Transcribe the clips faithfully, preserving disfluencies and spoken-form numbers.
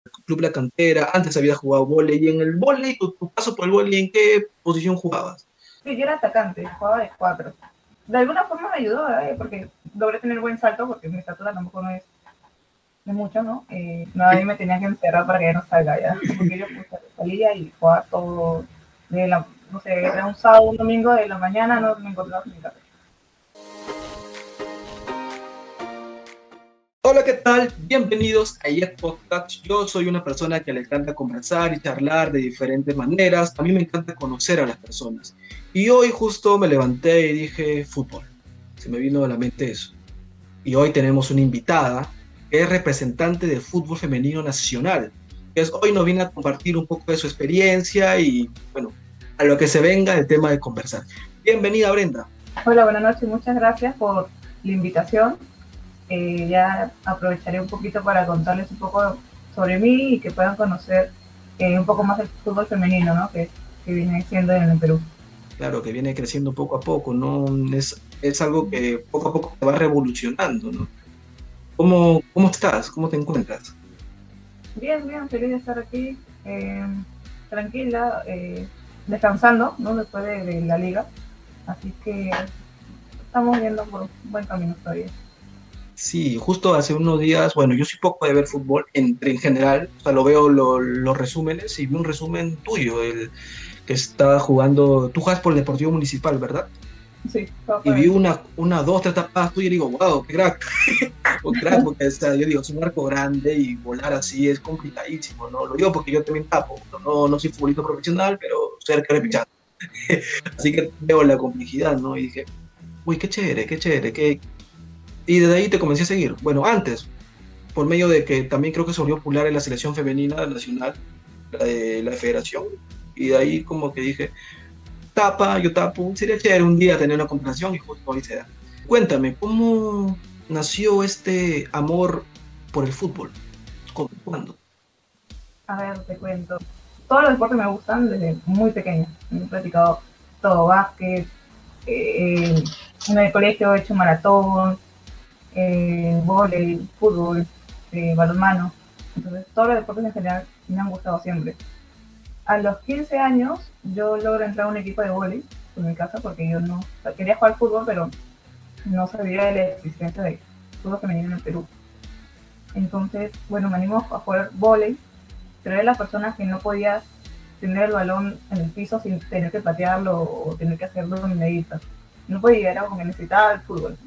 Club La Cantera, antes habías jugado vóley, y en el vóley, tu, tu paso por el vóley, ¿en qué posición jugabas? Sí, yo era atacante, jugaba de cuatro. De alguna forma me ayudó, ¿eh? Porque logré tener buen salto, porque mi estatura tampoco no es de mucho, ¿no? Eh, nadie me tenía que encerrar para que ya no salga, ya. Porque yo pues, salía y jugaba todo, de la, no sé, era un sábado, un domingo de la mañana, no me encontraba en mi casa. Hola, ¿qué tal? Bienvenidos a Jet Podcast. Yo soy una persona que le encanta conversar y charlar de diferentes maneras. A mí me encanta conocer a las personas. Y hoy justo me levanté y dije fútbol. Se me vino a la mente eso. Y hoy tenemos una invitada que es representante del fútbol femenino nacional. Que es, hoy nos viene a compartir un poco de su experiencia y, bueno, a lo que se venga el tema de conversar. Bienvenida, Brenda. Hola, buenas noches, muchas gracias por la invitación. Eh, ya aprovecharé un poquito para contarles un poco sobre mí y que puedan conocer eh, un poco más el fútbol femenino, ¿no? Que, que viene siendo en el Perú. Claro, que viene creciendo poco a poco, ¿no? Es, es algo que poco a poco se va revolucionando, ¿no? ¿Cómo, cómo estás? ¿Cómo te encuentras? Bien, bien, feliz de estar aquí, eh, tranquila, eh, descansando, ¿no? Después de, de la liga. Así que estamos yendo por un buen camino todavía. Sí, justo hace unos días, bueno, yo soy poco de ver fútbol en, en general, o sea, lo veo lo- los resúmenes y vi un resumen tuyo, el que está jugando, tú juegas por el Deportivo Municipal, ¿verdad? Sí, todo Y por vi eso. una, una, dos, tres tapadas tuyas y digo, wow, qué crack, un crack, porque o sea, yo digo, es un arco grande y volar así es complicadísimo, ¿no? Lo digo porque yo también tapo, no, no soy futbolista profesional, pero cerca de pichar. Así que veo la complejidad, ¿no? Y dije, uy, qué chévere, qué chévere, qué... Y desde ahí te comencé a seguir. Bueno, antes, por medio de que también creo que se volvió popular en la selección femenina nacional, la de la federación, y de ahí como que dije, tapa, yo tapo, sería chévere un día tener una conversación y justo hoy se da. Cuéntame, ¿cómo nació este amor por el fútbol? ¿Cómo? ¿Cuándo? A ver, te cuento. Todos los deportes me gustan desde muy pequeña. He practicado todo, básquet, eh, en el colegio he hecho maratón, eh, vóley, fútbol, eh, balonmano. Entonces, todos los deportes en general me han gustado siempre. A los quince años, yo logro entrar a un equipo de vóley en mi casa porque yo no o sea, quería jugar fútbol, pero no sabía de la existencia del fútbol femenino en el Perú. Entonces, bueno, me animo a jugar vóley, pero era la persona que no podía tener el balón en el piso sin tener que patearlo o tener que hacerlo dominaditas. No podía, era como que necesitaba el fútbol.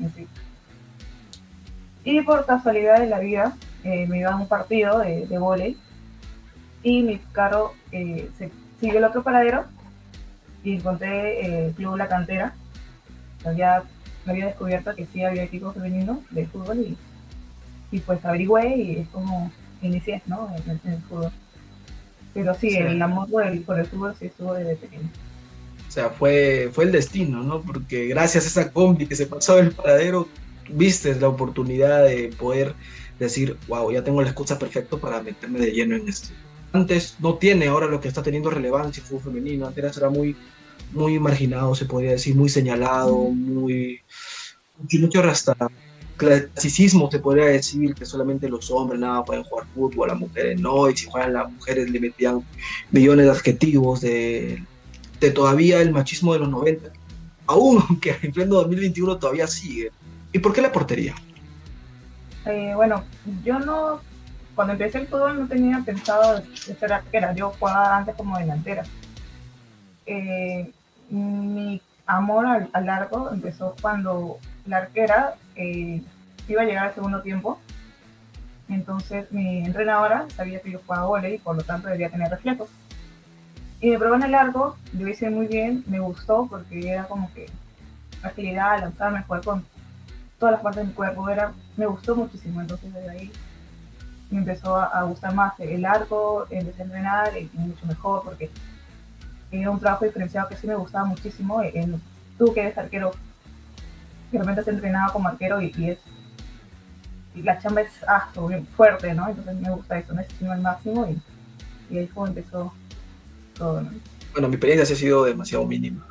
Y por casualidad de la vida, eh, me iba a un partido de, de vóley y mi carro eh, se sigue el otro paradero y encontré eh, el club La Cantera. Ya me había descubierto que sí había equipo femenino de fútbol y, y pues averigüé y es como inicié, ¿no? En, en el fútbol. Pero O sí, el sea, amor por el, por el fútbol sí estuvo desde pequeño. o sea, fue, fue el destino, ¿no? Porque gracias a esa combi que se pasó del paradero, viste la oportunidad de poder decir, wow, ya tengo la excusa perfecta para meterme de lleno en esto. Antes no tiene ahora lo que está teniendo relevancia el fútbol femenino, antes era muy, muy marginado, se podría decir, muy señalado, muy, mucho, mucho hasta clasicismo se podría decir, que solamente los hombres nada pueden jugar fútbol, las mujeres no, y si juegan las mujeres le metían millones de adjetivos de de todavía el machismo de los noventa, aún aunque en pleno dos mil veintiuno todavía sigue. ¿Y por qué la portería? Eh, bueno, yo no, cuando empecé el fútbol no tenía pensado de ser arquera, yo jugaba antes como delantera. Eh, mi amor al, al largo empezó cuando la arquera eh, iba a llegar al segundo tiempo. Entonces mi entrenadora sabía que yo jugaba vóley y por lo tanto debía tener reflejos. Y me probó en el largo, lo hice muy bien, me gustó porque era como que agilidad, lanzarme, jugar con todas las partes de mi cuerpo, era, me gustó muchísimo. Entonces desde ahí me empezó a, a gustar más el arco, empecé a entrenar y mucho mejor porque era un trabajo diferenciado que sí me gustaba muchísimo. El, tú que eres arquero, que realmente has entrenado como arquero y, y es y la chamba es ah, fuerte, ¿no? Entonces me gusta eso, necesito el máximo y, y ahí fue empezó todo, ¿no? Bueno, mi experiencia sí ha sido demasiado mínima.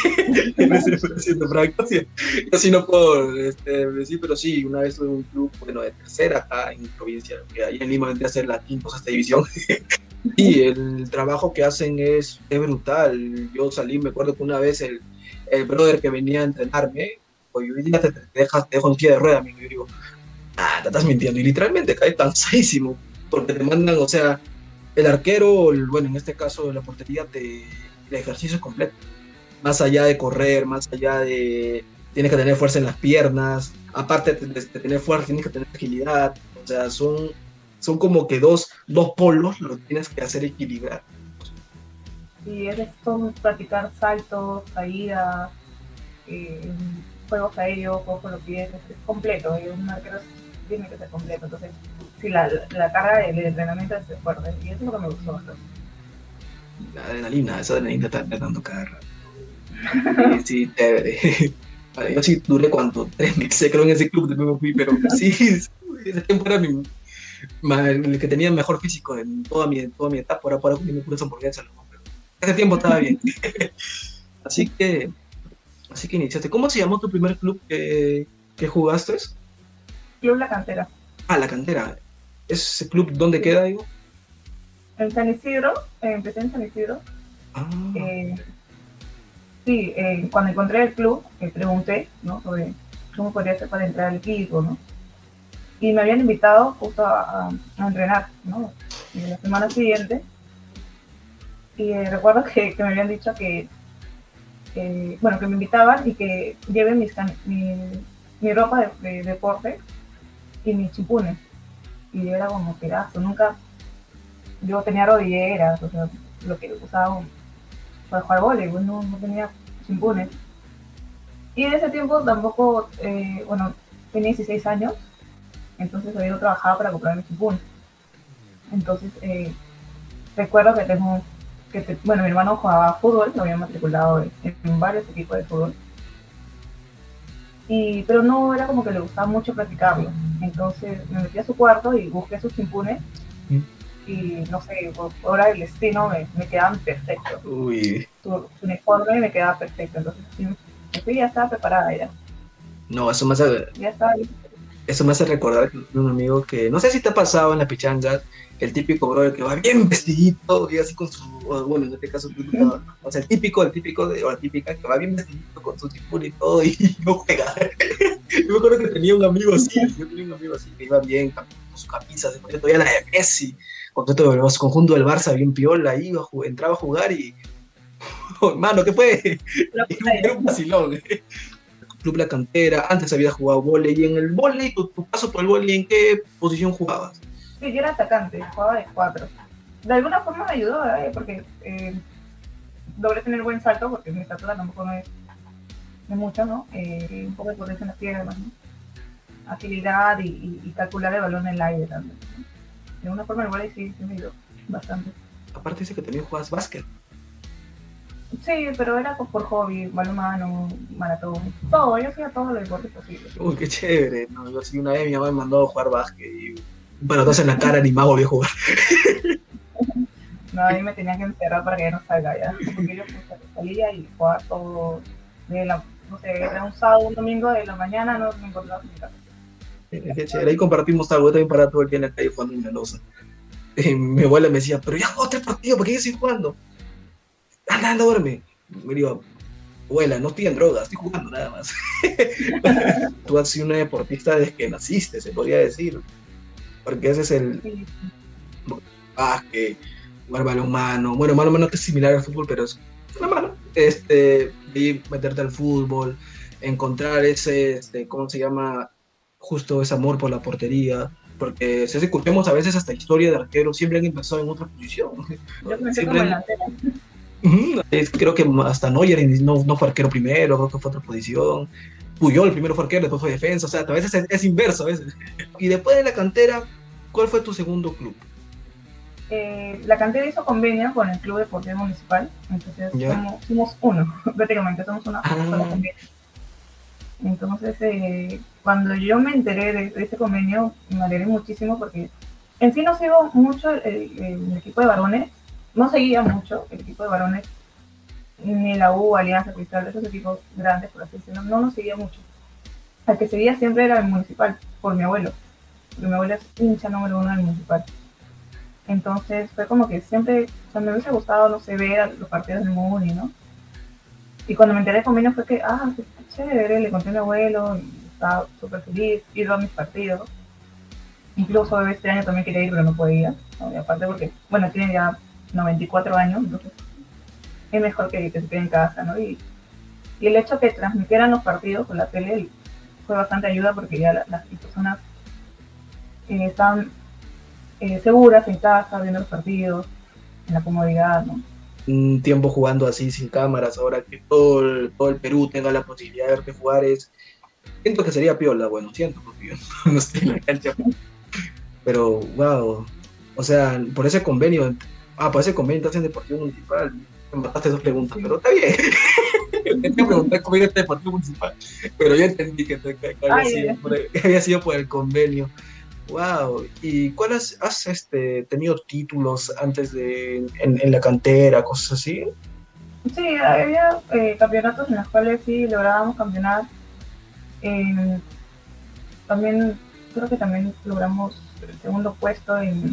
Siendo franco, sí. Yo sí no puedo este, decir, pero sí, una vez tuve un club, bueno, de tercera acá en mi provincia, que ahí en Lima vendría a ser la quinta o sexta división. Y el trabajo que hacen es, es brutal. Yo salí, me acuerdo que una vez el, el brother que venía a entrenarme, oye, hoy día te, te dejas, te dejo en silla de ruedas, amigo. Y yo digo, ah, te estás mintiendo. Y literalmente cae cansadísimo, porque te mandan, o sea, el arquero, el- bueno, en este caso la portería, te, el ejercicio es completo. Más allá de correr, más allá de... Tienes que tener fuerza en las piernas, aparte de, de tener fuerza, tienes que tener agilidad. O sea, son, son como que dos, dos polos, lo tienes que hacer equilibrar. Y es todo practicar saltos, caídas, eh, juegos aéreos, juegos con los pies, es, es completo, y un arquero tiene que ser completo. Entonces, sí, la, la carga del entrenamiento es fuerte, y eso es lo que me gustó bastante. La adrenalina, esa adrenalina está dando cada rato. Sí, sí, chévere. Vale, yo sí duré cuánto, tres meses creo en ese club, después me fui, pero sí, ese tiempo era mi, ma- el que tenía el mejor físico en toda mi, en toda mi etapa, ahora para comerme puras hamburguesas, ¿no? Pero ese tiempo estaba bien. Así que, así que iniciaste. ¿Cómo se llamó tu primer club que, que jugaste? Club La Cantera. Ah, La Cantera. ¿Ese club dónde Sí. queda, digo? En San Isidro, eh, empecé en San Isidro. Ah, Eh, sí, eh, cuando encontré el club, eh, pregunté, ¿no?, sobre cómo podría hacer para entrar al equipo, ¿no? Y me habían invitado justo a, a, a entrenar, ¿no? Y la semana siguiente, y eh, recuerdo que, que me habían dicho que, que, bueno, que me invitaban y que lleven mis, mi, mi ropa de, de, deporte y mis chipunes. Y yo era como que, ah, nunca, yo tenía rodilleras, o sea, lo que usaba para jugar voleibol, no, no tenía chimpunes. Y en ese tiempo tampoco, eh, bueno, tenía dieciséis años, entonces había trabajado para comprar mi chimpún. Entonces, eh, recuerdo que tengo, que te, bueno, mi hermano jugaba fútbol, lo había matriculado en, en varios equipos de fútbol, y, pero no era como que le gustaba mucho practicarlo. Entonces me metí a su cuarto y busqué sus chimpunes, y no sé, por hora del destino me, me quedaban perfectos. uy. Su, su uniforme me quedaba perfecto, entonces sí, sí, ya estaba preparada ya. No, eso me hace, Ya estaba. eso me hace recordar que un amigo que, no sé si te ha pasado en la pichanga, el típico brother que va bien vestidito, y así con su, bueno, en este caso, o sea, el típico, el típico, de, o la típica que va bien vestidito con su chipura y todo, y no juega. Yo me acuerdo que tenía un amigo así, yo tenía un amigo así que iba bien, con su camisa, se ponía todavía la de Messi, con todo el conjunto del Barça, bien piola, iba, entraba a jugar y, oh, hermano, ¿qué fue? Era un vacilón. Club La Cantera, antes habías jugado vóley, y en el vóley, tu, tu paso por el vóley, ¿en qué posición jugabas? Sí, yo era atacante, jugaba de cuatro. De alguna forma me ayudó, ¿eh? Porque eh, logré tener buen salto, porque mi estatura tampoco no es, no es mucho, ¿no? Eh, un poco de potencia en las piernas, ¿no? Agilidad y, y, y calcular el balón en el aire también, ¿no? De alguna forma el vóley sí, sí me ayudó bastante. Aparte dice que también juegas básquet. Sí, pero era por, por hobby, balonmano, maratón, todo, yo hacía todos los deportes posibles. Uy, qué chévere. No, yo sí, una vez mi mamá me mandó a jugar básquet y un pelotazo en la cara ni más volví a jugar. No, a mí me tenían que encerrar para que ya no salga ya, porque yo pues, salía y jugaba todo, de la, no sé, era un sábado, un domingo de la mañana, no me encontraba en mi casa. Qué chévere. Ahí compartimos algo, yo también paraba todo el día en la calle jugando en la losa. Y mi abuela me decía, pero ya juego tres partidos, ¿por qué yo estoy jugando? Anda, anda, duerme. Me digo, abuela, no estoy en drogas, estoy jugando nada más. Tú has sido una deportista desde que naciste, se podría decir. Porque ese es el Sí, básquet, jugar balonmano. Bueno, balonmano que es similar al fútbol, pero es una mano. Este, y meterte al fútbol, encontrar ese, este, ¿cómo se llama? Justo ese amor por la portería. Porque si escuchamos a veces hasta historia de arqueros, siempre han empezado en otra posición. yo comencé Siempre como han, delantera. uh-huh, creo que hasta Neuer no, no fue arquero primero, creo que fue otra posición. Puyol primero fue arquero, después fue defensa, o sea, a veces es, es inverso. A veces. Y después de la cantera, ¿cuál fue tu segundo club? Eh, la cantera hizo convenio con el Club Deportivo Municipal, entonces somos, somos uno, prácticamente somos una ah. sola convenio. Entonces, eh, cuando yo me enteré de, de ese convenio, me alegré muchísimo porque en sí no sigo mucho el, el, el equipo de varones, no seguía mucho el equipo de varones, ni la U, Alianza, Cristal, esos equipos grandes, por así decirlo, no nos seguía mucho. Al que seguía siempre era el Municipal, por mi abuelo, porque mi abuelo es hincha número uno del Municipal. Entonces fue como que siempre, o sea, me hubiese gustado, no sé, ver los partidos del Muni, ¿no? Y cuando me enteré de convenio fue que, ah, qué chévere, le conté a mi abuelo, y estaba súper feliz, iba a mis partidos. Incluso este año también quería ir, pero no podía, ¿no? Y aparte porque, bueno, tiene ya noventa y cuatro años, entonces es mejor que, que se quede en casa, ¿no? Y, y el hecho que transmitieran los partidos con la tele fue bastante ayuda porque ya la, las personas eh, estaban eh, seguras en casa, viendo los partidos, en la comodidad, ¿no? Un tiempo jugando así sin cámaras, ahora que todo el, todo el Perú tenga la posibilidad de verte jugar, es, siento que sería piola, bueno, siento porque yo no estoy en la cancha, pero wow, o sea, por ese convenio, ah, por ese convenio estás en Deportivo Municipal, me mataste dos preguntas, sí. Pero está bien. Te que preguntar cómo era este Deportivo Municipal, pero yo entendí que, te, que, había, Ay, sido por el, que había sido por el convenio. Wow, ¿y cuáles has, has este, tenido títulos antes de en, en la cantera, cosas así? Sí, había eh, campeonatos en los cuales sí lográbamos campeonar. Eh, también creo que también logramos el segundo puesto en,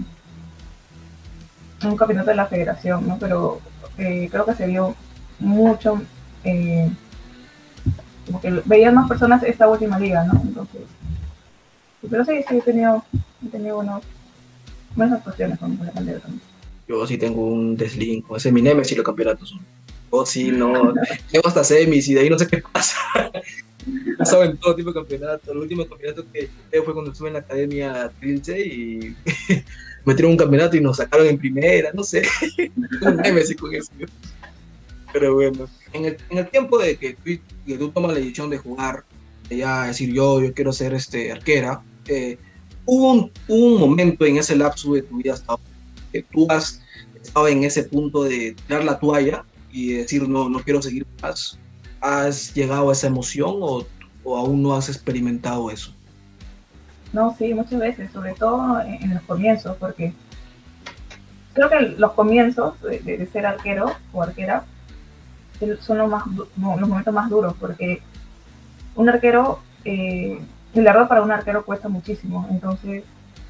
en un campeonato de la federación, ¿no? Pero eh, creo que se vio mucho, eh, como que veían más personas esta última liga, ¿no? Entonces, pero sí, sí, he tenido, he tenido buenos, buenas actuaciones con la cantera también. Yo sí tengo un deslink, ese es mi némesis los campeonatos. O sí, no, llego hasta semis y de ahí no sé qué pasa. Pasaba en todo tipo de campeonatos. El último campeonato que fue cuando estuve en la academia Trilce y metieron un campeonato y nos sacaron en primera, no sé. Un némesis con eso. Pero bueno, en el, en el tiempo de que tú, que tú tomas la decisión de jugar, de ya decir yo, yo quiero ser este, arquera, eh, hubo, un, hubo un momento en ese lapso de tu vida hasta que tú has estado en ese punto de tirar la toalla y decir no, no quiero seguir más. ¿Has llegado a esa emoción o, o aún no has experimentado eso? No, sí, muchas veces, sobre todo en, en los comienzos, porque creo que los comienzos de, de, de ser arquero o arquera son los, más, los momentos más duros, porque un arquero, eh, el error para un arquero cuesta muchísimo, entonces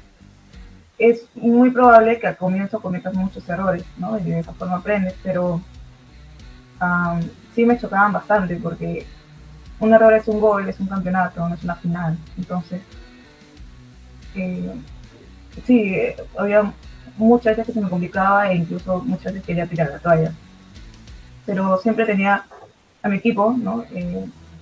es muy probable que al comienzo cometas muchos errores, ¿no? Y de esa forma aprendes, pero um, sí me chocaban bastante, porque un error es un gol, es un campeonato, no es una final, entonces eh, sí, eh, había muchas veces que se me complicaba e incluso muchas veces quería tirar la toalla, pero siempre tenía a mi equipo, ¿no? Eh,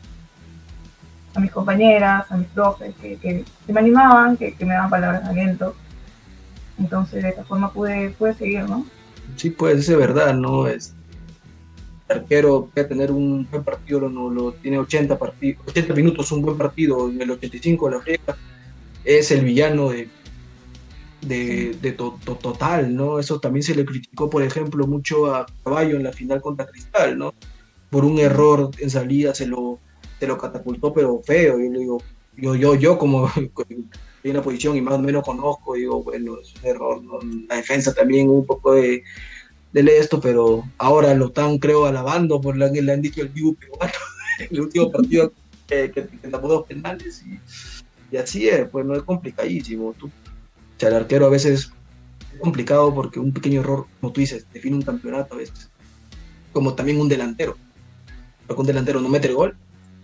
a mis compañeras, a mis profes, que, que, que me animaban, que, que me daban palabras de aliento. Entonces, de esta forma pude, pude seguir, ¿no? Sí, pues, es verdad, ¿no? Es, el arquero puede tener un buen partido, no, lo, tiene ochenta, partidos, ochenta minutos, un buen partido, en el ochenta y cinco la friega, es el villano de, de, sí. de to, to, total, ¿no? Eso también se le criticó, por ejemplo, mucho a Caballo en la final contra Cristal, ¿no? Por un error en salida se lo, se lo catapultó, pero feo. Yo le digo, yo, yo, yo como estoy en la posición y más o menos conozco, digo, bueno, es un error, ¿no? La defensa también un poco de, de esto, pero ahora lo están, creo, alabando por lo que le han dicho el vivo peruano, el último partido que, que, que tapó dos penales, y, y así es, pues no es complicadísimo. Tú, o sea, el arquero a veces es complicado porque un pequeño error, como tú dices, define un campeonato a veces, como también un delantero. Porque un delantero no mete el gol.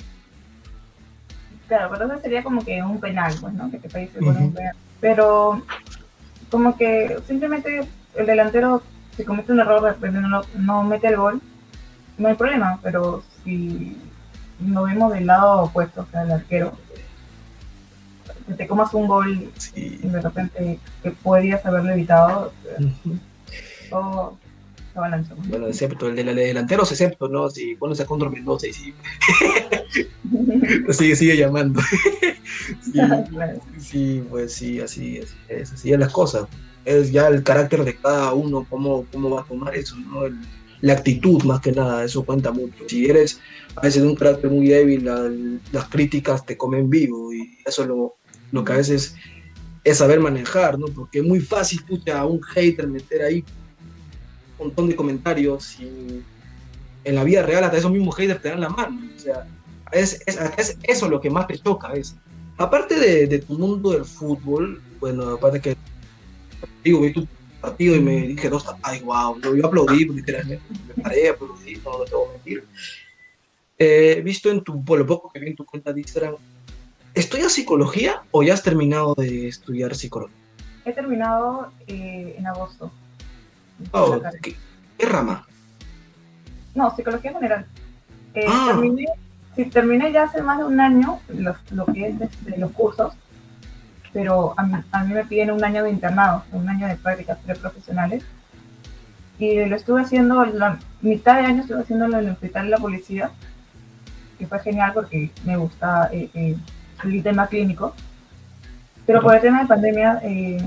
Claro, pero eso sería como que un penal, pues, ¿no? Que te parece uh-huh. un penal. Pero como que simplemente el delantero, si comete un error, de repente no, no mete el gol, no hay problema, pero si lo vemos del lado opuesto, o sea, el arquero, que te comas un gol sí. y de repente que podrías haberlo evitado, uh-huh. todo... Balanza. Bueno, excepto el del delantero, excepto, ¿no? Si bueno, se contra Mendoza y sí. sigue, sigue llamando. sí, sí, pues sí, así es, así es las cosas. Es ya el carácter de cada uno, cómo, cómo va a tomar eso, ¿no? El, la actitud, más que nada, eso cuenta mucho. Si eres a veces de un carácter muy débil, la, las críticas te comen vivo, y eso es lo, lo que a veces es saber manejar, ¿no? Porque es muy fácil, pucha, a un hater meter ahí montón de comentarios y en la vida real hasta esos mismos haters te dan la mano. O sea, es, es, es eso lo que más te choca. Es, aparte de, de tu mundo del fútbol, bueno, aparte que digo, vi tu partido y me dije dos tapadas, wow, yo, yo aplaudí, literalmente, me paré, aplaudí, no lo tengo que mentir. Eh, he visto en tu, por lo poco que vi en tu cuenta de Instagram, ¿estudias psicología o ya has terminado de estudiar psicología? He terminado eh, en agosto. Oh, ¿qué, ¿qué rama? No, psicología general. Eh, Ah. terminé, sí, terminé ya hace más de un año lo, lo que es de, de los cursos, pero a mí, a mí me piden un año de internado, un año de prácticas preprofesionales. Y lo estuve haciendo, la mitad de año estuve haciéndolo en el hospital de la policía, que fue genial porque me gusta eh, eh, el tema clínico. Pero por el tema de pandemia eh,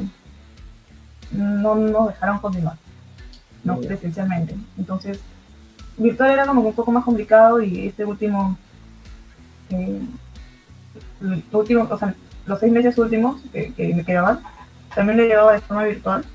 no nos dejaron continuar, no presencialmente. Entonces, virtual era como un poco más complicado y este último, eh, último o sea, los seis meses últimos que, que me quedaban, también lo llevaba de forma virtual.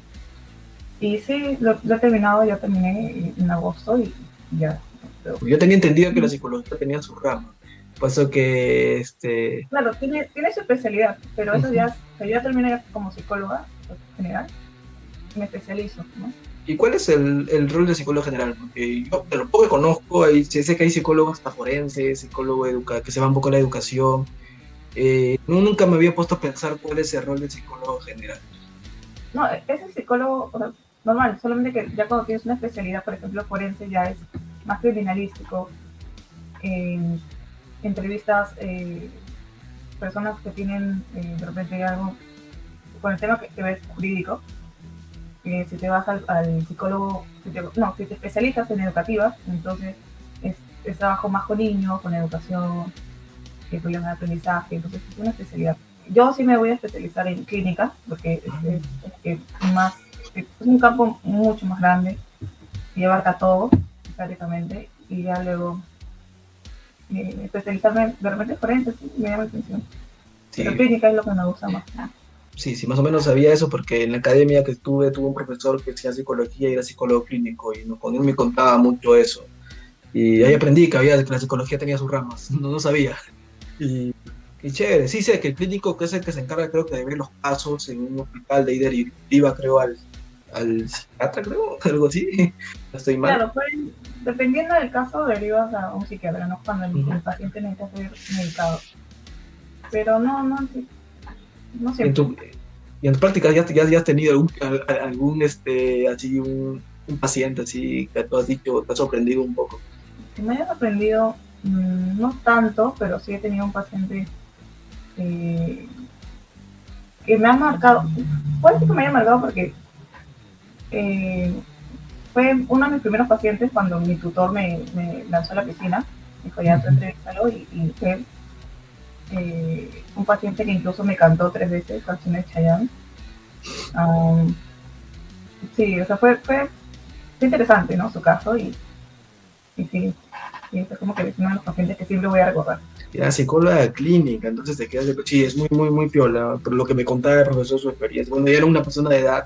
Y sí, lo, lo he terminado, ya terminé en agosto y ya. Pero... Yo tenía entendido que la psicología tenía su rama, por eso que este... Claro, tiene, tiene su especialidad, pero eso ya, o sea, yo ya terminé como psicóloga general, me especializo, ¿no? ¿Y cuál es el, el rol de psicólogo general? Porque yo, de lo poco que conozco, hay, sé que hay psicólogos hasta forenses, psicólogo educa, que se va un poco a la educación. Eh, no, nunca me había puesto a pensar cuál es el rol del psicólogo general. No, es el psicólogo, o sea, normal, solamente que ya cuando tienes una especialidad, por ejemplo, forense, ya es más criminalístico. Eh, entrevistas, eh, personas que tienen eh, de repente algo con el tema que, que ves jurídico. Eh, si te vas al, al psicólogo, si te, no, si te especializas en educativa, entonces es, es trabajo más con niños, con educación, eh, problemas de aprendizaje, entonces es una especialidad. Yo sí me voy a especializar en clínica, porque es, es, es, es más, es un campo mucho más grande y abarca todo, prácticamente, y ya luego eh, especializarme de repente forense, sí, me llama la atención. Sí. Pero clínica es lo que me gusta más. Sí, sí, más o menos sabía eso porque en la academia que estuve tuve un profesor que hacía psicología y era psicólogo clínico y con él me contaba mucho eso. Y ahí aprendí que, había, que la psicología tenía sus ramas, no, no sabía. Y, y chévere, sí sé que el clínico que es el que se encarga creo que de ver los casos en un hospital de ahí deriva creo al, al psiquiatra, creo, algo así, estoy mal. Claro, pues dependiendo del caso derivas a un psiquiatra, ¿no? Cuando el, uh-huh. el paciente necesita ser medicado. Pero no, no, sí. No sé. ¿En tu, y en tu práctica ya, ya, ya has tenido algún, algún este, así, un, un paciente así que tú has dicho, te ha sorprendido un poco? Que me haya sorprendido, mmm, no tanto, pero sí he tenido un paciente eh, que me ha marcado. Puede ser que me haya marcado porque eh, fue uno de mis primeros pacientes cuando mi tutor me, me lanzó a la piscina. Me dijo, ya, tú entrevístalo, y, y fue Eh, un paciente que incluso me cantó tres veces canciones de Chayanne. Um, sí, o sea, fue, fue, fue interesante, ¿no? Su caso y, y sí, y es como que es uno de los pacientes que siempre voy a recordar. Ya, psicóloga clínica, entonces te quedas de... Sí, es muy, muy, muy piola, por lo que me contaba el profesor su experiencia. Bueno, ya era una persona de edad,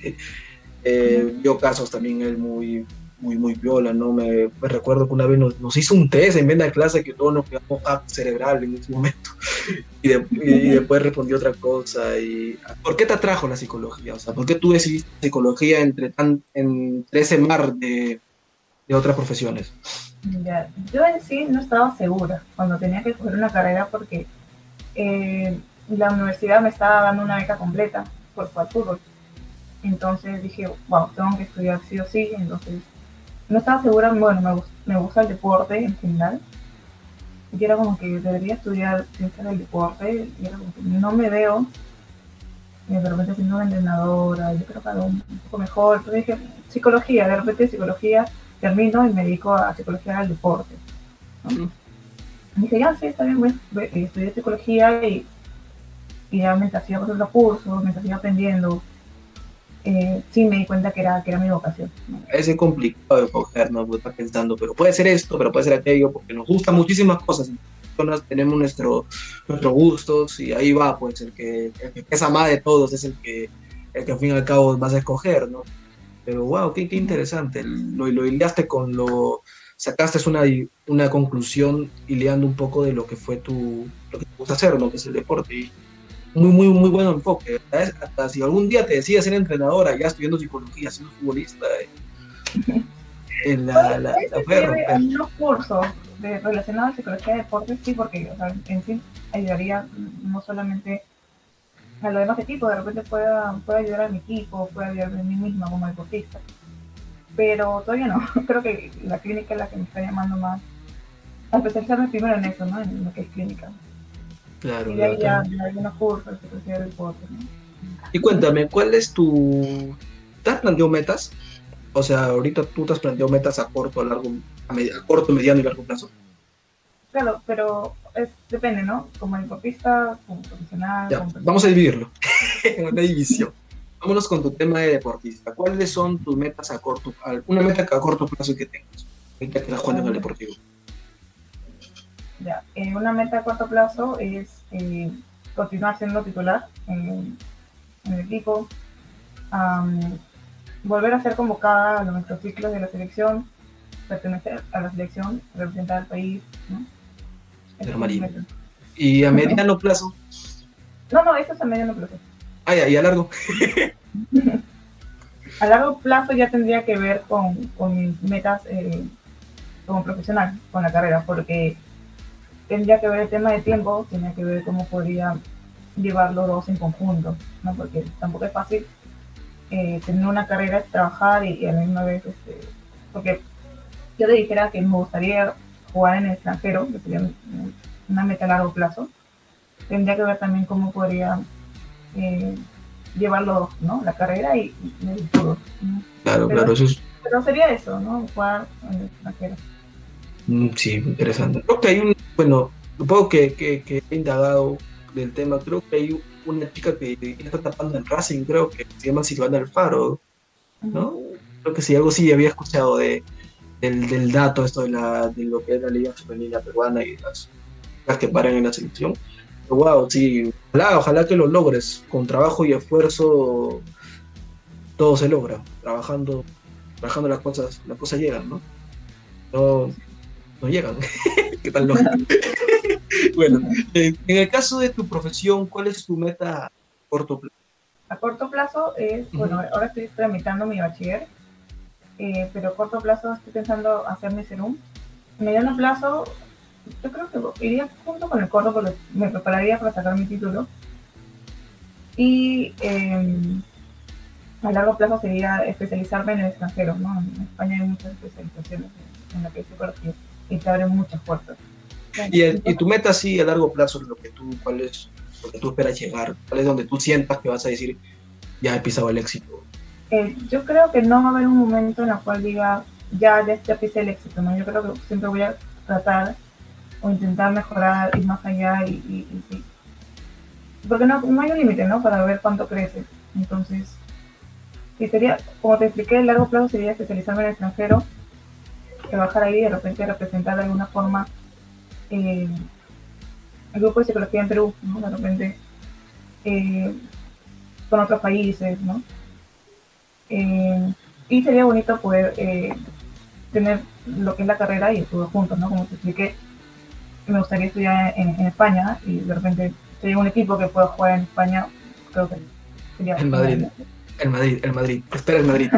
eh, uh-huh. Vio casos también él muy... muy, muy piola, ¿no? Me, me recuerdo que una vez nos, nos hizo un test en vena de clase que todos nos quedamos cerebral en ese momento y, de, y, y después respondió otra cosa. Y, ¿por qué te atrajo la psicología? O sea, ¿por qué tú decidiste psicología entre, tan, entre ese mar de, de otras profesiones? Ya, yo en sí no estaba segura cuando tenía que escoger una carrera porque eh, la universidad me estaba dando una beca completa por fútbol. Entonces dije, wow, tengo que estudiar sí o sí, entonces no estaba segura, bueno, me, me gusta el deporte en general, y era como que debería estudiar ciencias del deporte, y era como que no me veo, de repente siendo una entrenadora, yo creo que algo un poco mejor, entonces dije, psicología, de repente psicología, termino y me dedico a psicología del deporte, ¿no? Mm. Y dije, ya, sí, está bien, bueno, estudié psicología y, y ya mientras iba pasando los cursos, mientras iba aprendiendo, Eh, sí me di cuenta que era, que era mi vocación, ¿no? Es complicado de coger, ¿no? Porque estás pensando, pero puede ser esto, pero puede ser aquello, porque nos gustan muchísimas cosas. Personas tenemos nuestro, nuestros gustos y ahí va, pues el que, el que pesa más de todos es el que, el que al fin y al cabo vas a escoger, ¿no? Pero wow, qué, qué interesante. Lo, lo hilaste con lo, sacaste una, una conclusión hileando un poco de lo que fue tu, lo que te gusta hacer, ¿no? Que es el deporte. Y muy, muy, muy buen enfoque. Hasta, hasta si algún día te decides ser entrenadora, ya estudiando psicología, siendo futbolista, eh, en la, la, la puede romper. Hay unos cursos de, relacionados a psicología de deportes, sí, porque o sea, en sí ayudaría no solamente a los demás equipos, de repente pueda, pueda ayudar a mi equipo, pueda ayudar a mí misma como deportista. Pero todavía no, creo que la clínica es la que me está llamando más a especializarme primero en eso, ¿no? En lo que es clínica. Claro, y de ahí claro, ya, ya hay unos cursos de psicología de deportes, ¿no? Y cuéntame, ¿cuál es tu... ¿Te has planteado metas? O sea, ahorita tú te has planteado metas a corto, a largo, a, med- a corto, mediano y largo plazo. Claro, pero es, depende, ¿no? Como deportista, como profesional, Ya, como persona. vamos a dividirlo en una división. Vámonos con tu tema de deportista. ¿Cuáles son tus metas a corto, a- una meta a corto plazo que tengas? Ahorita que estás jugando en el deportivo. Ya, eh, una meta a corto plazo es eh, continuar siendo titular en, en el equipo, um, volver a ser convocada a los microciclos de la selección, pertenecer a la selección, representar al país, ¿no? Esa es mi meta. Y a mediano plazo. No, no, eso es a mediano plazo. Ah, ya, y a largo. A largo plazo ya tendría que ver con, con mis metas eh, como profesional, con la carrera, porque tendría que ver el tema de tiempo, tendría que ver cómo podría llevar los dos en conjunto, ¿no? Porque tampoco es fácil eh, tener una carrera, trabajar y, y a la misma vez, este, porque yo te dijera que me gustaría jugar en el extranjero, que sería una meta a largo plazo, tendría que ver también cómo podría eh, llevar los dos, ¿no? La carrera y, y el fútbol, ¿no? Claro, pero, claro, eso es... pero sería eso, ¿no? Jugar en el extranjero. Sí, interesante. Creo que hay un, bueno, supongo que, que, que he indagado del tema, creo que hay una chica que ya está tapando en Racing, creo que se llama Silvana Alfaro, ¿no? Uh-huh. Creo que sí, algo sí había escuchado de, del, del dato esto de, la, de lo que es la Liga Femenina Peruana y las, las que paran en la selección. Pero, wow, sí, ojalá, ojalá que lo logres, con trabajo y esfuerzo todo se logra, trabajando, trabajando las cosas, las cosas llegan, ¿no? No, no llegan. ¿Qué tal lógico? Bueno, eh, en el caso de tu profesión, ¿cuál es tu meta a corto plazo? A corto plazo es, uh-huh. bueno, ahora estoy tramitando mi bachiller, eh, pero a corto plazo estoy pensando hacer mi serum. A mediano plazo, yo creo que iría junto con el corto porque me prepararía para sacar mi título. Y eh, a largo plazo sería especializarme en el extranjero, ¿no? En España hay muchas especializaciones en la que es psicología y te abren muchas puertas. Y, el, y tu meta sí a largo plazo, lo que tú, ¿cuál es lo que tú esperas llegar? ¿Cuál es donde tú sientas que vas a decir, ya he pisado el éxito? Eh, yo creo que no va a haber un momento en el cual diga, ya, ya, ya pisé el éxito, ¿no? Yo creo que siempre voy a tratar o intentar mejorar, ir más allá y, y, y sí. Porque no, no hay un límite, ¿no? Para ver cuánto crece. Entonces, sí sería, como te expliqué, el largo plazo sería especializarme en el extranjero, trabajar ahí y de repente representar de alguna forma eh, el grupo de psicología en Perú, ¿no? De repente eh, con otros países, ¿no? Eh, y sería bonito poder eh, tener lo que es la carrera y estudiar juntos, ¿no? Como te expliqué, me gustaría estudiar en, en España y de repente sería un equipo que pueda jugar en España, creo que sería en Madrid, el Madrid, el Madrid, espera el Madrid.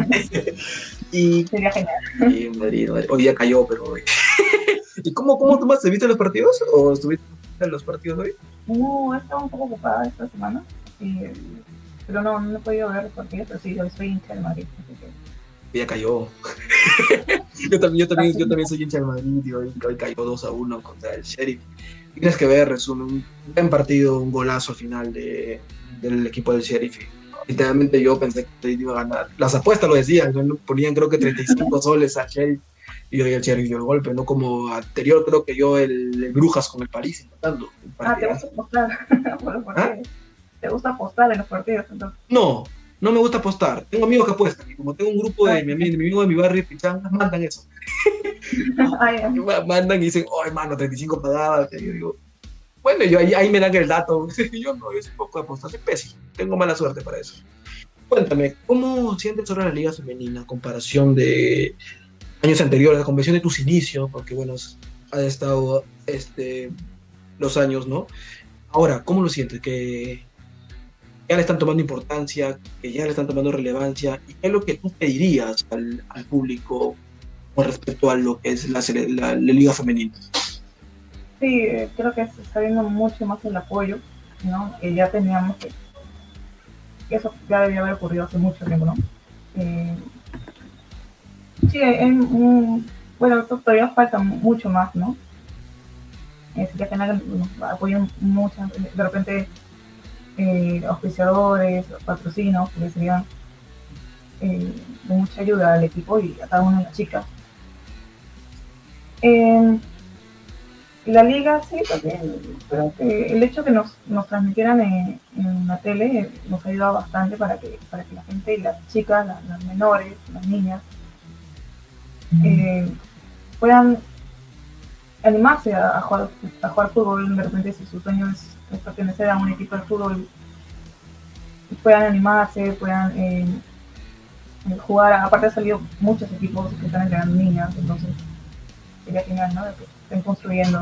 Y sería genial. Y en Madrid, Madrid, hoy día cayó, pero hoy. ¿Y cómo, cómo tomaste? ¿Viste los partidos o estuviste en los partidos hoy? No, he estado un poco ocupada esta semana, y, pero no, no he podido ver los partidos, pero sí, yo soy hincha del Madrid. Así que... Ya cayó. yo, también, yo, también, yo también soy hincha del Madrid y hoy, hoy cayó dos a uno contra el Sheriff. Tienes que ver, resumen, un buen partido, un golazo final de, del equipo del Sheriff. Literalmente yo pensé que iba a ganar. Las apuestas lo decían, ¿no? Ponían creo que treinta y cinco soles al Sheriff y hoy el Sheriff dio el golpe, no como anterior creo que yo el, el Brujas con el París empatando. Ah, te gusta apostar por los partidos. ¿Ah? ¿Te gusta apostar en los partidos entonces? No, no me gusta apostar. Tengo amigos que apuestan y como tengo un grupo de, mi, de mi amigo de mi barrio Pichangas, mandan eso. Ay, mandan y dicen, oh hermano, treinta y cinco pagadas. Y yo digo, bueno, yo, ahí, ahí me dan el dato. Yo no, yo soy poco de apostar, soy pésimo. Tengo mala suerte para eso. Cuéntame, ¿cómo sientes ahora la liga femenina en comparación de, años anteriores, la convención de tus inicios, porque bueno, ha estado este, los años, ¿no? Ahora, ¿cómo lo sientes? Que ya le están tomando importancia, que ya le están tomando relevancia, y qué es lo que tú pedirías al, al público con respecto a lo que es la, la, la liga femenina. Sí, eh, creo que se está viendo mucho más el apoyo, ¿no? Que ya teníamos que, eso ya debía haber ocurrido hace mucho tiempo, ¿no? Eh, sí, en, un, bueno, todavía falta mucho más, ¿no? Eh, ya que nos apoyan muchas, de repente eh, auspiciadores, patrocinios, que serían eh, de mucha ayuda al equipo y a cada una de las chicas. Eh, la liga, sí, también creo que el hecho que nos, nos transmitieran en, en la tele nos ha ayudado bastante para que, para que la gente y las chicas, las, las menores, las niñas, eh, puedan animarse a, a, jugar, a jugar fútbol. De repente, si su sueño es, es pertenecer a un equipo de fútbol, puedan animarse, puedan eh, jugar. Aparte, han salido muchos equipos que están entrenando niñas, entonces sería genial, ¿no? Que estén construyendo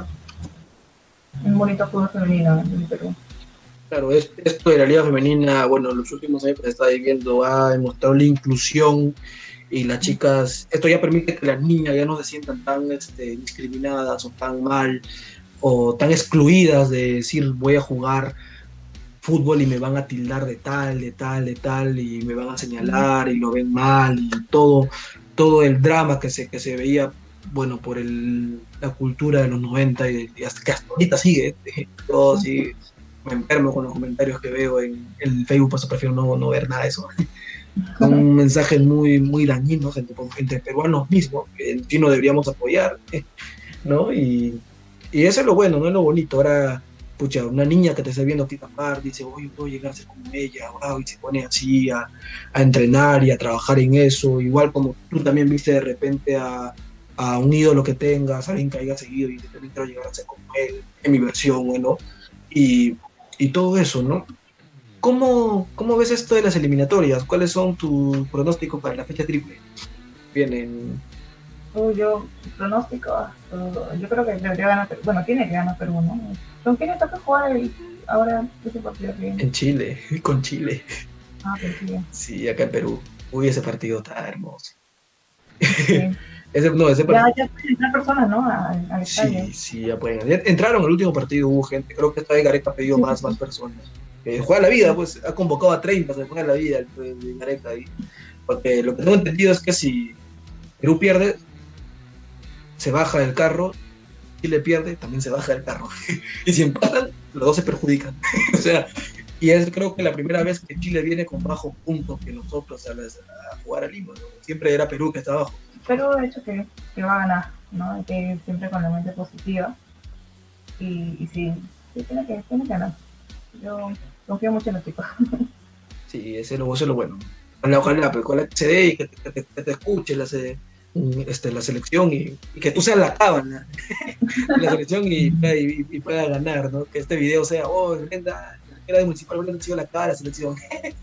un bonito fútbol femenino en Perú. Claro, es, esto de la liga femenina, bueno, en los últimos años que se está viviendo ha demostrado la inclusión y las chicas, esto ya permite que las niñas ya no se sientan tan este, discriminadas o tan mal o tan excluidas de decir voy a jugar fútbol y me van a tildar de tal, de tal, de tal y me van a señalar y lo ven mal y todo, todo el drama que se, que se veía, bueno, por el, la cultura de los noventa y, y hasta que hasta ahorita sigue, todo así, me enfermo con los comentarios que veo en el Facebook, por eso prefiero no, no ver nada de eso. Son mensajes muy, muy dañinos entre, entre peruanos mismos, que en sí no deberíamos apoyar, ¿no? Y, y eso es lo bueno, no es lo bonito. Ahora, pucha, una niña que te está viendo a ti tapar, dice, oye, puedo llegar a ser como ella, wow, y se pone así a, a entrenar y a trabajar en eso, igual como tú también viste de repente a, a un ídolo que tengas, alguien que haya seguido y también quiero llegar a ser como él, en mi versión, bueno, y, y todo eso, ¿no? ¿Cómo, ¿Cómo ves esto de las eliminatorias? ¿Cuáles son tus pronósticos para la fecha triple? Vienen. Uh, yo, pronóstico, uh, yo creo que debería ganar, bueno, tiene que ganar Perú, ¿no? ¿Con quién le toca jugar el, ahora ese partido que viene? En Chile, con Chile. Ah, pues sí. Sí, acá en Perú. Uy, ese partido está hermoso. Sí. ese, no, ese partido... Ya, ya pueden entrar personas, ¿no? Al, al sí, sí, ya pueden. Ya entraron el último partido, hubo gente. Creo que esta vez Gareca ha pedido sí, más, sí. más personas. Eh, juega la vida, pues ha convocado a treinta, se juega la vida el, el Gareca ahí. Porque lo que tengo entendido es que si Perú pierde, se baja del carro, Chile pierde, también se baja del carro. Y si empatan, los dos se perjudican. O sea, y es creo que la primera vez que Chile viene con bajos puntos que nosotros a, las, a jugar a Lima, ¿no? Siempre era Perú que está abajo. Pero de hecho que, que va a ganar, ¿no? Hay que ir siempre con la mente positiva. Y, y sí, sí tiene, que, tiene que ganar. Yo confío mucho en los chicos. Sí, ese es lo, eso es lo bueno. Ojalá, ojalá, pero ojalá que se dé y que te, que te, que te escuche la, este, la selección y, y que tú seas la cábala de la selección y, y, y pueda ganar, ¿no? Que este video sea, oh, Brenda, era de Municipal, Brenda ha sido la cara de la selección.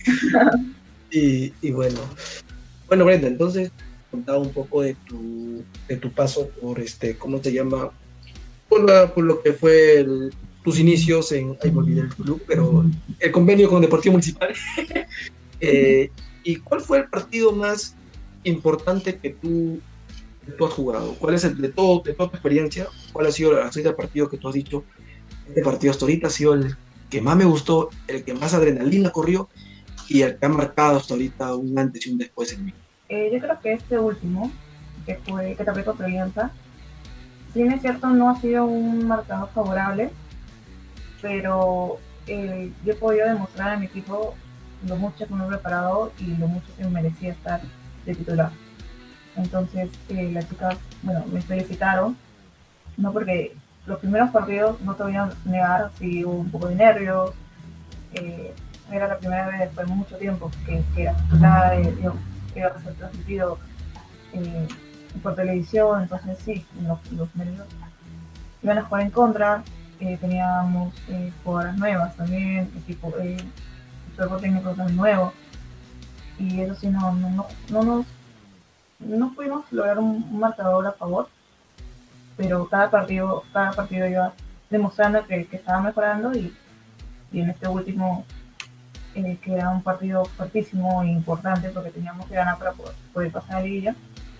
y, y bueno. Bueno, Brenda, entonces, contaba un poco de tu, de tu paso por, este, ¿cómo se llama? Por, la, por lo que fue el, tus inicios en, ahí me olvidé el club, pero el convenio con Deportivo Municipal. eh, ¿Y cuál fue el partido más importante que tú, que tú has jugado? ¿Cuál es el de, todo, de toda tu experiencia? ¿Cuál ha sido la serie de partidos que tú has dicho? Este partido hasta ahorita ha sido el que más me gustó, el que más adrenalina corrió y el que ha marcado hasta ahorita un antes y un después en mí. Eh, yo creo que este último, que fue que tapé contra Alianza, si bien es cierto, no ha sido un marcador favorable, pero eh, yo he podido demostrar a mi equipo lo mucho que me he preparado y lo mucho que me merecía estar de titular. Entonces, eh, las chicas, bueno, me felicitaron, no porque los primeros partidos, no te voy a negar, sí hubo un poco de nervios, eh, era la primera vez después de mucho tiempo que, que era titular, eh, digo, que iba a ser transmitido eh, por televisión, entonces sí, los, los nervios iban a jugar en contra, eh, teníamos eh, jugadoras nuevas también, equipo, eh, cuerpo técnico también nuevo, y eso sí no, no, no, no nos no pudimos lograr un, un marcador a favor, pero cada partido, cada partido iba demostrando que, que estaba mejorando y, y en este último, eh, que era un partido fuertísimo e importante porque teníamos que ganar para poder, poder pasar a la liguilla.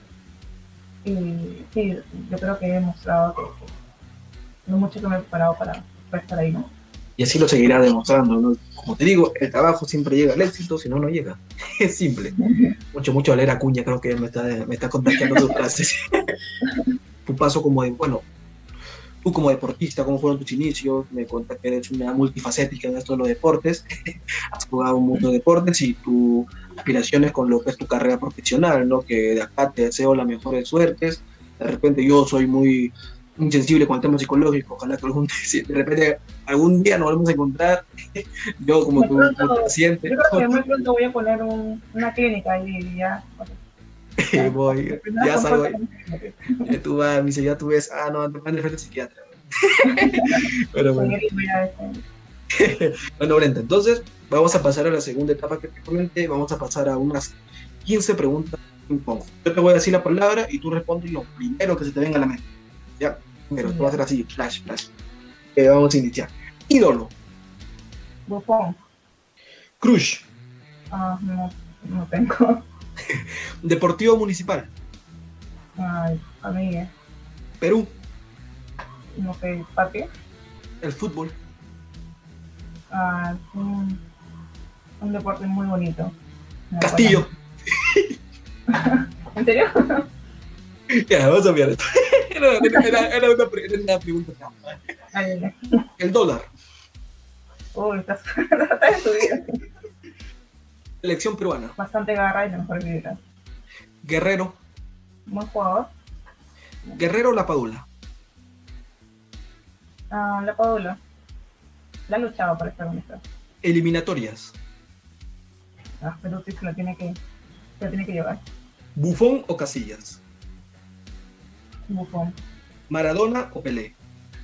Y sí, yo creo que he demostrado que, que no mucho que me he preparado para, para estar ahí, ¿no? Y así lo seguirá demostrando, ¿no? Como te digo, el trabajo siempre llega al éxito, si no, no llega. Es simple. Mucho, mucho leer a Acuña, creo que me está, me está contagiando tus frases. Tu paso como de, bueno, tú como deportista, ¿cómo fueron tus inicios? Me cuentas que eres una multifacética en esto de los deportes. Has jugado un mundo de deportes y tus aspiraciones con lo que es tu carrera profesional, ¿no? Que de acá te deseo las mejores suertes. De repente yo soy muy insensible con el tema psicológico, ojalá que algún, si de repente algún día nos volvemos a encontrar, yo como tu, pronto, tu paciente. Yo creo que muy pronto voy a poner un, una clínica y ya. ya voy, ya salgo, ya tú vas, me dice, ya tú ves, ah, no, te mandas frente al psiquiatra. Pero bueno. Bueno, Brenda, entonces vamos a pasar a la segunda etapa que te comenté, vamos a pasar a unas quince preguntas ping pong. Yo te voy a decir la palabra y tú respondes lo primero que se te venga a la mente. Ya, primero, tú vas a hacer así, flash, flash. Eh, vamos a iniciar. Ídolo. Buffon. Crush. Ah, no, no tengo. Deportivo Municipal. Ay, amiga. Perú. No sé, ¿patio? El fútbol. Ah, un, un deporte muy bonito. Castillo. ¿En serio? Ya, vamos a ver esto. Era, era, era, una, era una pregunta. Ay, El dólar. uy, estás en tu vida. Selección peruana. Bastante garra y la mejor vida. Guerrero. Buen jugador. Guerrero Lapadula. Ah, la Padula. La ha luchado para estar donde está. Eliminatorias. Ah, pero sí se la tiene que, se la tiene que llevar. Buffon o Casillas. Buffon. Maradona o Pelé.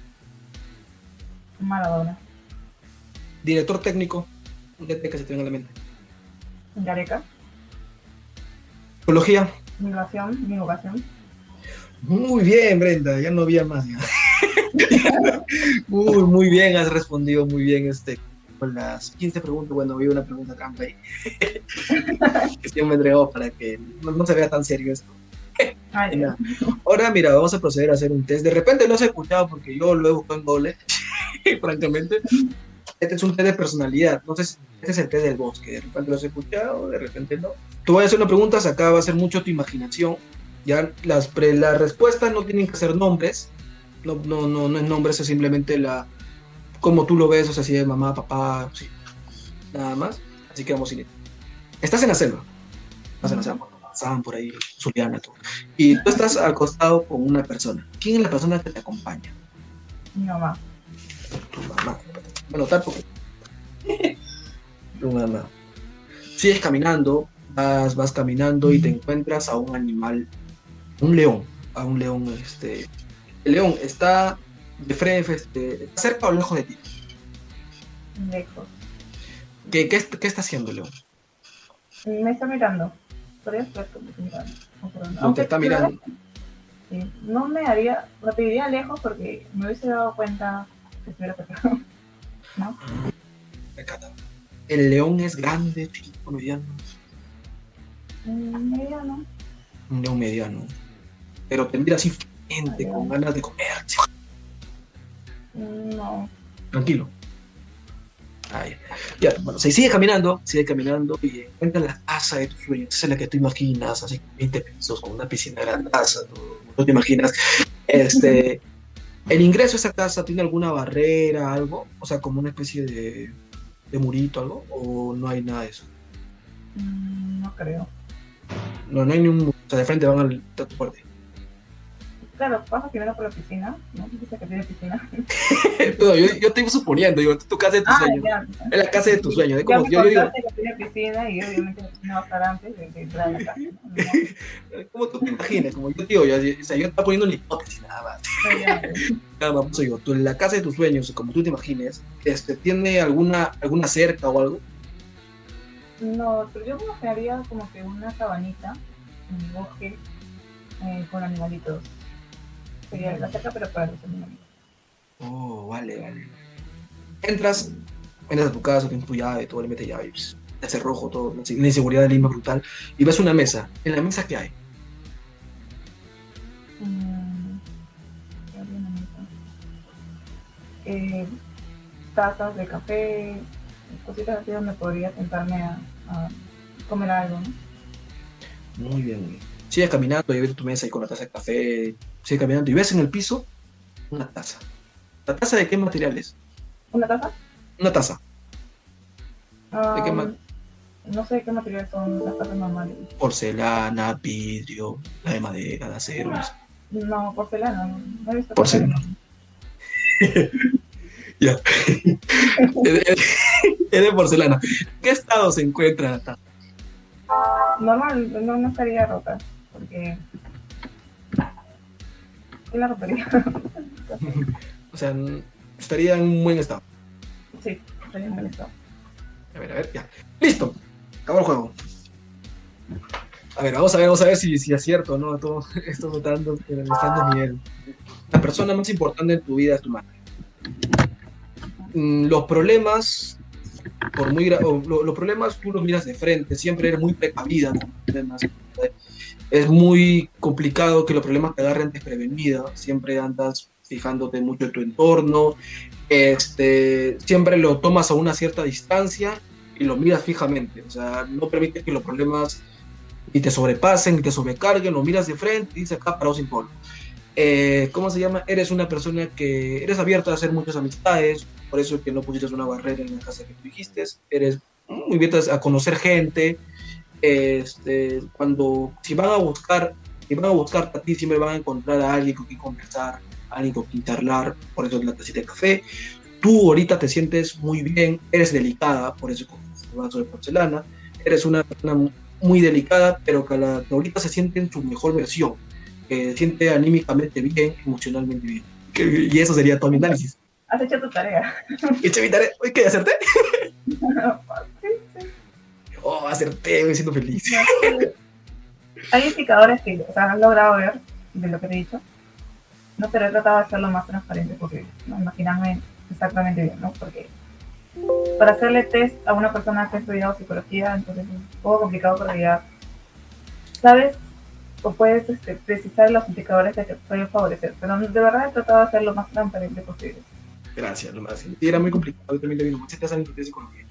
Maradona. Director técnico. Un D T que se te venga a la mente. Gareca. Psicología. Migración, mi vocación. Muy bien, Brenda, ya no había más. Ya. Muy, muy bien, has respondido muy bien este, con las quince preguntas. Bueno, había una pregunta trampa ahí. Que sí me entregó para que no, no se vea tan serio esto. Ay, ahora, mira, vamos a proceder a hacer un test. De repente lo has escuchado porque yo lo he buscado en Google, francamente. Este es un test de personalidad. No sé si este es el test del bosque. De repente lo has escuchado, de repente no. Te voy a hacer una pregunta, acá va a ser mucho tu imaginación. Ya las, pre, las respuestas no tienen que ser nombres. No, no, no, no es nombres, es simplemente la como tú lo ves, o sea, si es mamá, papá, sí, nada más. Así que vamos a ir. Estás en la selva. Estás en la selva. Pasaban por ahí, Zuliana, tú. Y tú estás acostado con una persona. ¿Quién es la persona que te acompaña? mi mamá. Tu mamá. Bueno, tal porque... tu mamá. Sigues caminando, vas, vas caminando y te encuentras a un animal, un león, a un león, este... El león está de frente, este, ¿está cerca o lejos de ti? Lejos. ¿Qué, qué, qué está haciendo el león? Me está mirando. Podría estar como que mirando. No, perdón. No te Aunque está mirando. sí, no me haría, lo pediría lejos porque me hubiese dado cuenta que estuviera cerca. ¿No? El león es grande, chiquito, mediano. Mm, mediano. Un león mediano. Pero te mira así, gente, Ay, con no. ganas de comer. No. Tranquilo. Ay, ya, bueno, se sigue caminando, sigue caminando y encuentra la casa de tus sueños. Esa es la que tú imaginas, así con veinte pesos, con una piscina grandaza, tú, tú te imaginas. Este, el ingreso a esa casa tiene alguna barrera, algo, o sea, como una especie de, de murito, algo, o no hay nada de eso. Mm, no creo. No, no hay ni un muro, o sea, de frente van al a tu puerta. Claro, pasa primero por la piscina, ¿no? Dice que tiene piscina. No, yo, yo estoy suponiendo, digo, tu casa de tus Ah, sueños. ya. Es la casa de tus sueños. Es Ya como, me yo, yo digo, contaste que tiene piscina y obviamente la piscina va a estar antes de, de entrar a la casa, ¿no? No, como tú te imaginas, como yo digo, yo, o sea, yo estaba poniendo una hipótesis nada más. no, ya, ya. Nada más, pues, digo, tú, la casa de tus sueños, como tú te imagines, este, ¿tiene alguna, alguna cerca o algo? No, pero yo me imaginaría como que una cabanita en el bosque, bosque eh, con animalitos. Sería la cerca, pero para los animalitos. Oh, vale, vale. Entras, entras a tu casa, tienes tu llave, todo, le metes llave, y, pues, te hace rojo todo, la inseguridad de Lima brutal, y ves una mesa. ¿En la mesa qué hay? Mm, ¿qué había en la mesa? Eh, tazas de café, cositas así donde podría sentarme a, a comer algo, ¿no? Muy bien, muy bien. Sigues caminando y ves tu mesa ahí con la taza de café, sigues caminando y ves en el piso una taza. ¿La taza de qué material es? ¿Una taza? Una taza. ¿De qué Um, ma- no sé de qué material son las tazas normales. Porcelana, vidrio, la de madera, de acero. No sé. No, porcelana, no, no he visto Porcelana. porcelana. Ya. Es de, es de porcelana. ¿En qué estado se encuentra la taza? Normal, no, no estaría rota, porque ¿quién la rompería? O sea, n- estaría en un buen estado. Sí, estaría en buen estado. A ver, a ver, ya. Listo. Acabó el juego. A ver, vamos a ver, vamos a ver si, si acierto, ¿no? Todo esto me está dando, me está dando miedo. La persona más importante en tu vida es tu madre. Mm, Los problemas, por muy gra- o lo- los problemas tú los miras de frente, siempre eres muy precavida con los problemas. Es muy complicado que los problemas te agarren desprevenida, siempre andas fijándote mucho en tu entorno, este, siempre lo tomas a una cierta distancia y lo miras fijamente, o sea, no permites que los problemas ni te sobrepasen, ni te sobrecarguen, lo miras de frente y dices acá parado sin polvo. Eh, ¿Cómo se llama? Eres una persona que eres abierta a hacer muchas amistades, por eso es que no pusiste una barrera en la casa que tú dijiste, eres muy abierta a conocer gente, este, cuando, si van a buscar, si van a buscar a ti, siempre van a encontrar a alguien con quien conversar, a alguien con quien charlar, por eso es la tacita de café. Tú ahorita te sientes muy bien, eres delicada, por eso es el vaso de porcelana, eres una persona muy delicada, pero que, la, que ahorita se siente en su mejor versión, que se siente anímicamente bien, emocionalmente bien. Que- Y eso sería todo mi análisis. Has hecho tu tarea. Y Chevitaré, ¿qué acerté? Sí, sí. Oh, acerté, me siento feliz. No, sí. Hay indicadores que, o sea, has logrado ver de lo que te he dicho. No, pero he tratado de hacerlo más transparente porque no imaginarme exactamente bien, ¿no? Porque para hacerle test a una persona que ha estudiado psicología, entonces es un poco complicado porque ya sabes o puedes este, precisar los indicadores que te pueden favorecer. Pero de verdad he tratado de hacerlo lo más transparente posible. Gracias, lo más. Sí, era muy complicado, yo también le vino más. Te hacen de psicología.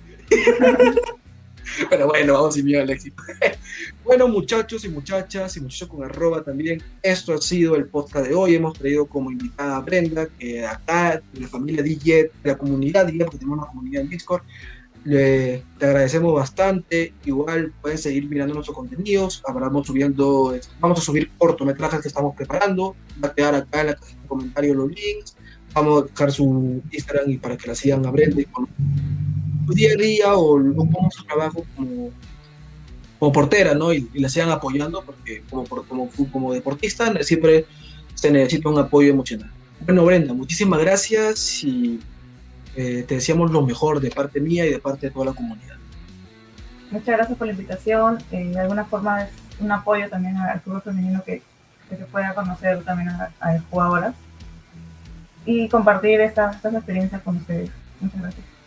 Pero bueno, vamos sin miedo al éxito. Bueno, muchachos y muchachas, y muchachos con arroba también, esto ha sido el podcast de hoy. Hemos traído como invitada a Brenda, que de acá, de la familia D J, de la comunidad D J, porque tenemos una comunidad en Discord. Le, te agradecemos bastante. Igual pueden seguir mirando nuestros contenidos. Hablamos subiendo, vamos a subir cortometrajes que estamos preparando. Va a quedar acá en la caja de comentarios los links. Vamos a dejar su Instagram y para que la sigan a Brenda y con su día a día o, o como su trabajo como, como portera, ¿no? Y, y la sigan apoyando porque como, como, como deportista siempre se necesita un apoyo emocional. Bueno, Brenda, muchísimas gracias y eh, te deseamos lo mejor de parte mía y de parte de toda la comunidad. Muchas gracias por la invitación. Eh, de alguna forma es un apoyo también al fútbol femenino que, que se pueda conocer también a, a jugadoras y compartir estas, estas experiencias con ustedes. Muchas gracias.